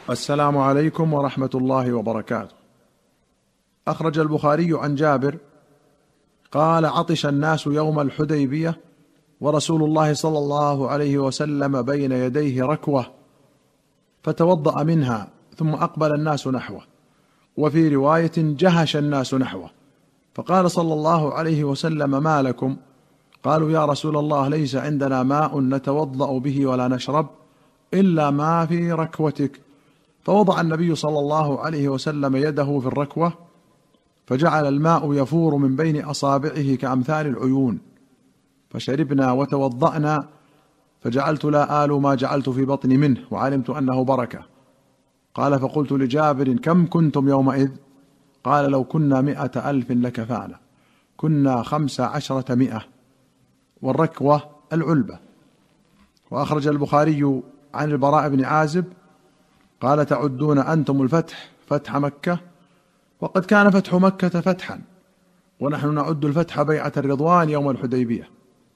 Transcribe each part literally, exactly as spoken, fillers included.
السلام عليكم ورحمة الله وبركاته. أخرج البخاري عن جابر قال: عطش الناس يوم الحديبية ورسول الله صلى الله عليه وسلم بين يديه ركوة، فتوضأ منها ثم أقبل الناس نحوه، وفي رواية جهش الناس نحوه، فقال صلى الله عليه وسلم: ما لكم؟ قالوا: يا رسول الله، ليس عندنا ماء نتوضأ به ولا نشرب إلا ما في ركوتك. فوضع النبي صلى الله عليه وسلم يده في الركوة، فجعل الماء يفور من بين أصابعه كأمثال العيون، فشربنا وتوضأنا، فجعلت لا آل ما جعلت في بطني منه، وعلمت أنه بركة. قال: فقلت لجابر: كم كنتم يومئذ؟ قال: لو كنا مئة ألف لكفانا، كنا خمس عشرة مئة. والركوة العلبة. وأخرج البخاري عن البراء بن عازب قال: تعدون أنتم الفتح فتح مكة، وقد كان فتح مكة فتحا، ونحن نعد الفتح بيعة الرضوان يوم الحديبية.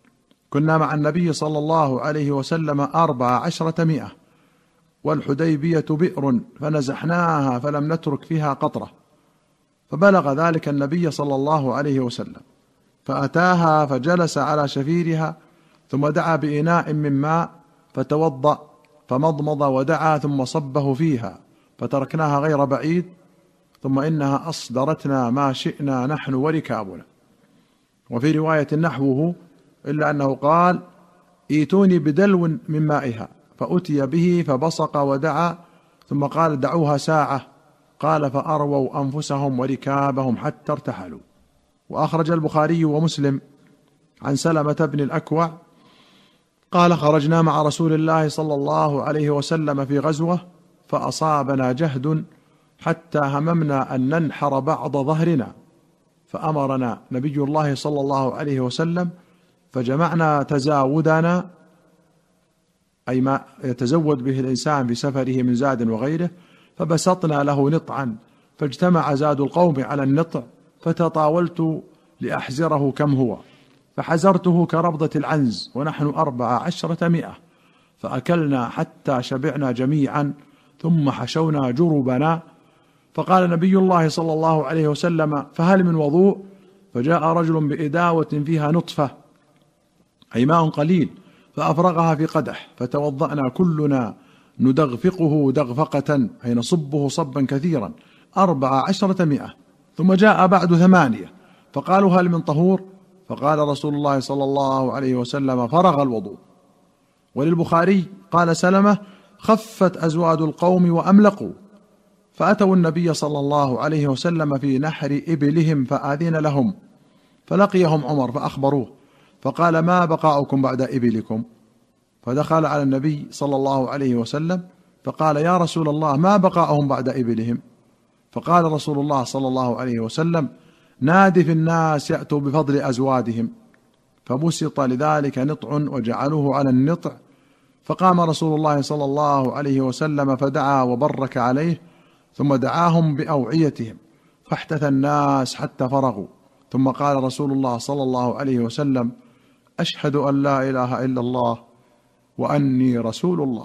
كنا مع النبي صلى الله عليه وسلم أربع عشرة مئة، والحديبية بئر فنزحناها فلم نترك فيها قطرة، فبلغ ذلك النبي صلى الله عليه وسلم، فأتاها فجلس على شفيرها، ثم دعا بإناء من ماء فتوضأ، فمضمض ودعا، ثم صبه فيها، فتركناها غير بعيد، ثم إنها أصدرتنا ما شئنا نحن وركابنا. وفي رواية نحوه، إلا أنه قال: ائتوني بدلو من مائها، فأتي به فبصق ودعا، ثم قال: دعوها ساعة. قال: فأرووا أنفسهم وركابهم حتى ارتحلوا. وأخرج البخاري ومسلم عن سلمة بن الأكوع قال: خرجنا مع رسول الله صلى الله عليه وسلم في غزوة، فأصابنا جهد حتى هممنا أن ننحر بعض ظهرنا، فأمرنا نبي الله صلى الله عليه وسلم، فجمعنا تزاودنا، أي ما يتزود به الإنسان في سفره من زاد وغيره، فبسطنا له نطعا، فاجتمع زاد القوم على النطع، فتطاولت لأحزره كم هو، فحزرته كربضة العنز، ونحن أربع عشرة مئة، فأكلنا حتى شبعنا جميعا، ثم حشونا جربنا. فقال نبي الله صلى الله عليه وسلم: فهل من وضوء؟ فجاء رجل بإداوة فيها نطفة، أي ماء قليل، فأفرغها في قدح، فتوضأنا كلنا ندغفقه دغفقة، أي نصبه صبا كثيرا، أربع عشرة مئة. ثم جاء بعد ثمانية، فقالوا: هل من طهور؟ فقال رسول الله صلى الله عليه وسلم: فرغ الوضوء. وللبخاري قال سلمة: خفت أزواد القوم وأملقوا، فأتوا النبي صلى الله عليه وسلم في نحر إبلهم فآذن لهم، فلقيهم عمر فأخبروه، فقال: ما بقاؤكم بعد إبلكم؟ فدخل على النبي صلى الله عليه وسلم فقال: يا رسول الله، ما بقاؤهم بعد إبلهم؟ فقال رسول الله صلى الله عليه وسلم: نادي في الناس يأتوا بفضل أزوادهم. فبسط لذلك نطع وجعلوه على النطع، فقام رسول الله صلى الله عليه وسلم فدعا وبرك عليه، ثم دعاهم بأوعيتهم، فاحتث الناس حتى فرغوا، ثم قال رسول الله صلى الله عليه وسلم: أشهد أن لا إله إلا الله وأني رسول الله.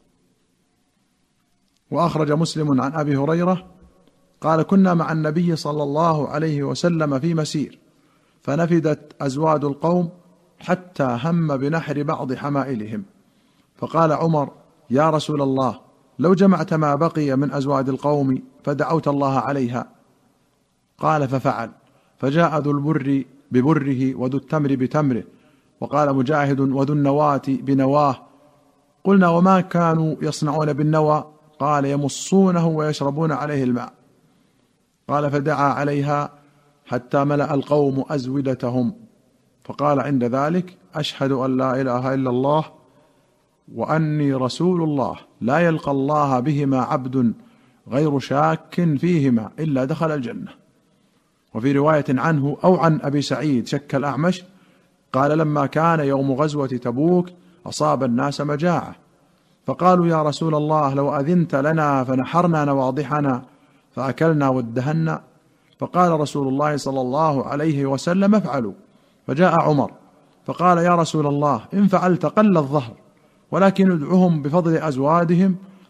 وأخرج مسلم عن أبي هريرة قال: كنا مع النبي صلى الله عليه وسلم في مسير، فنفدت أزواد القوم حتى هم بنحر بعض حمائلهم، فقال عمر: يا رسول الله، لو جمعت ما بقي من أزواد القوم فدعوت الله عليها. قال: ففعل، فجاء ذو البر ببره وذو التمر بتمره، وقال مجاهد: وذو النواة بنواه. قلنا: وما كانوا يصنعون بالنوى؟ قال: يمصونه ويشربون عليه الماء. قال: فدعا عليها حتى ملأ القوم أزودتهم، فقال عند ذلك: أشهد أن لا إله إلا الله وأني رسول الله، لا يلقى الله بهما عبد غير شاك فيهما إلا دخل الجنة. وفي رواية عنه أو عن أبي سعيد شك الأعمش قال: لما كان يوم غزوة تبوك أصاب الناس مجاعة، فقالوا: يا رسول الله، لو أذنت لنا فنحرنا نواضحنا فأكلنا وادهنا. فقال رسول الله صلى الله عليه وسلم: افعلوا. فجاء عمر فقال: يا رسول الله، إن فعلت قل الظهر، ولكن ادعهم بفضل أزوادهم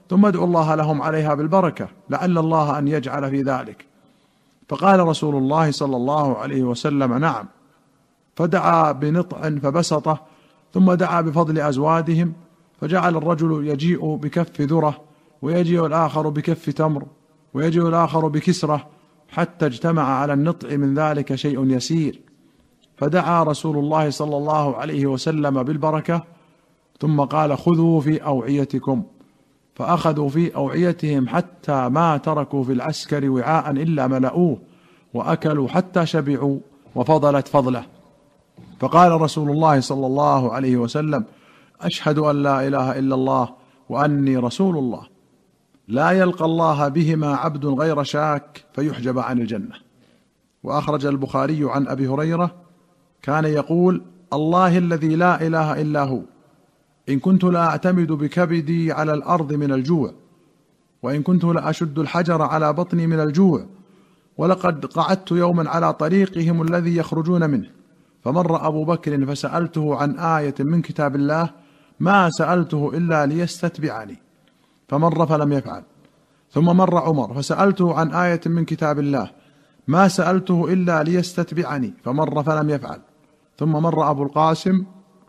ثم ادعوا الله لهم عليها بالبركة لعل الله أن يجعل في ذلك. فقال رسول الله صلى الله عليه وسلم: نعم. فدعا بنطع فبسطه، ثم دعا بفضل أزوادهم، فجعل الرجل يجيء بكف ذرة، ويجيء الآخر بكف تمر، ويجيء الآخر بكسرة، حتى اجتمع على النطع من ذلك شيء يسير. فدعا رسول الله صلى الله عليه وسلم بالبركة، ثم قال: خذوا في أوعيتكم. فأخذوا في أوعيتهم حتى ما تركوا في العسكر وعاء إلا ملؤوه، وأكلوا حتى شبعوا وفضلت فضله. فقال رسول الله صلى الله عليه وسلم: أشهد أن لا إله إلا الله وأني رسول الله. لا يلقى الله بهما عبد غير شاك فيحجب عن الجنة. وأخرج البخاري عن أبي هريرة كان يقول: الله الذي لا إله إلا هو، إن كنت لا أعتمد بكبدي على الأرض من الجوع، وإن كنت لأشد الحجر على بطني من الجوع، ولقد قعدت يوما على طريقهم الذي يخرجون منه، فمر أبو بكر فسألته عن آية من كتاب الله ما سألته إلا ليستتبعني، فمر فلم يفعل. ثم مر عمر فسألته عن آية من كتاب الله ما سألته إلا ليستتبعني، فمر فلم يفعل. ثم مر أبو القاسم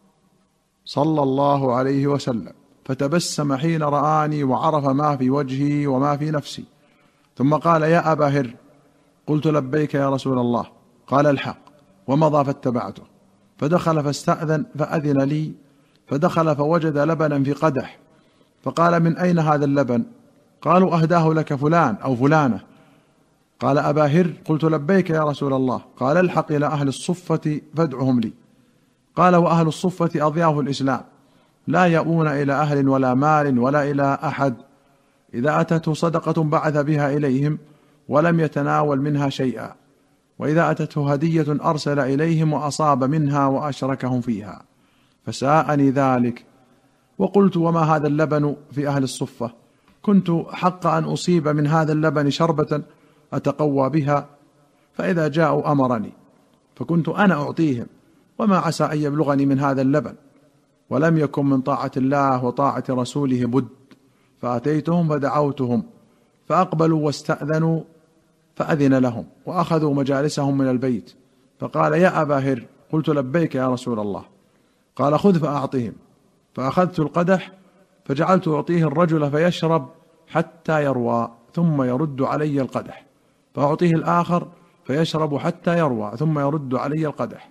صلى الله عليه وسلم فتبسم حين رآني وعرف ما في وجهي وما في نفسي، ثم قال: يا أبا هر. قلت: لبيك يا رسول الله. قال: الحق. ومضى فاتبعته، فدخل فاستأذن فأذن لي، فدخل فوجد لبنا في قدح، فقال: من أين هذا اللبن؟ قالوا: أهداه لك فلان أو فلانة. قال: أبا هر. قلت: لبيك يا رسول الله. قال: الحق إلى أهل الصفة فادعهم لي. قال: وأهل الصفة أضياف الإسلام، لا يأوون إلى أهل ولا مال ولا إلى أحد، إذا أتته صدقة بعث بها إليهم ولم يتناول منها شيئا، وإذا أتته هدية أرسل إليهم وأصاب منها وأشركهم فيها. فساءني ذلك، وقلت: وما هذا اللبن في أهل الصفة؟ كنت حق أن أصيب من هذا اللبن شربة أتقوى بها، فإذا جاءوا أمرني، فكنت أنا أعطيهم، وما عسى أن يبلغني من هذا اللبن، ولم يكن من طاعة الله وطاعة رسوله بد. فأتيتهم فدعوتهم فأقبلوا واستأذنوا، فأذن لهم وأخذوا مجالسهم من البيت. فقال: يا أبا هر. قلت: لبيك يا رسول الله. قال: خذ فأعطهم. فأخذت القدح فجعلت أعطيه الرجل فيشرب حتى يروى، ثم يرد علي القدح، فأعطيه الآخر فيشرب حتى يروى، ثم يرد علي القدح،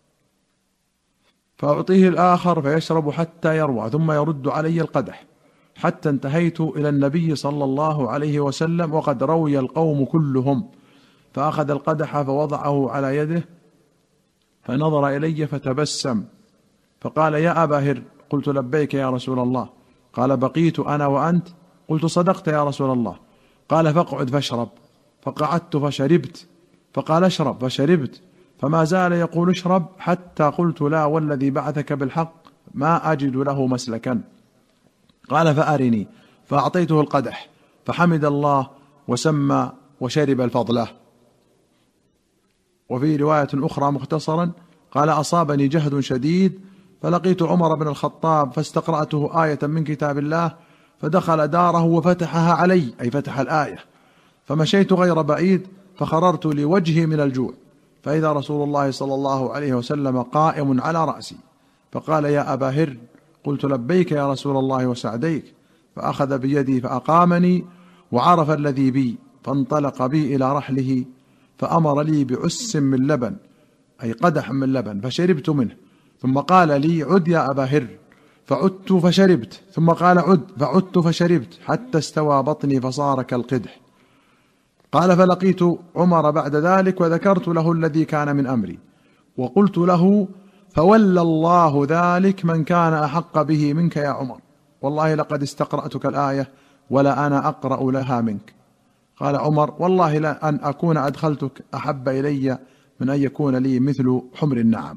فأعطيه الآخر فيشرب حتى يروى، ثم يرد علي القدح، حتى انتهيت إلى النبي صلى الله عليه وسلم وقد روي القوم كلهم. فأخذ القدح فوضعه على يده، فنظر إلي فتبسم، فقال: يا أبا هر. قلت: لبيك يا رسول الله. قال: بقيت أنا وأنت؟ قلت: صدقت يا رسول الله. قال: فاقعد فاشرب. فقعدت فشربت. فقال: اشرب. فشربت، فما زال يقول: اشرب، حتى قلت: لا والذي بعثك بالحق ما أجد له مسلكا. قال: فأرني. فأعطيته القدح، فحمد الله وسمى وشرب الفضلة. وفي رواية أخرى مختصرا قال: أصابني جهد شديد، فلقيت عمر بن الخطاب فاستقرأته آية من كتاب الله، فدخل داره وفتحها علي، أي فتح الآية، فمشيت غير بعيد فخررت لوجهي من الجوع، فإذا رسول الله صلى الله عليه وسلم قائم على رأسي، فقال: يا أبا هر. قلت: لبيك يا رسول الله وسعديك. فأخذ بيدي فأقامني وعرف الذي بي، فانطلق بي إلى رحله، فأمر لي بعس من لبن، أي قدح من لبن، فشربت منه، ثم قال لي: عد يا أبا هر. فعدت فشربت، ثم قال: عد. فعدت فشربت، حتى استوى بطني فصار كالقدح. قال: فلقيت عمر بعد ذلك وذكرت له الذي كان من أمري، وقلت له: فولى الله ذلك من كان أحق به منك يا عمر، والله لقد استقرأتك الآية ولا أنا أقرأ لها منك. قال عمر: والله لا أن أكون أدخلتك أحب إلي من أن يكون لي مثل حمر النعم.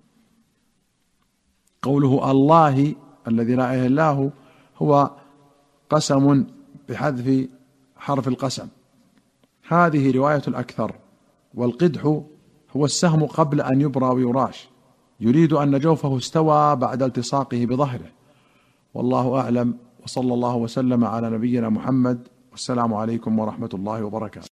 قوله الله الذي لا إله إلا هو هو قسم بحذف حرف القسم، هذه رواية الأكثر. والقدح هو السهم قبل أن يبرى ويراش، يريد أن جوفه استوى بعد التصاقه بظهره، والله أعلم، وصلى الله وسلم على نبينا محمد، والسلام عليكم ورحمة الله وبركاته.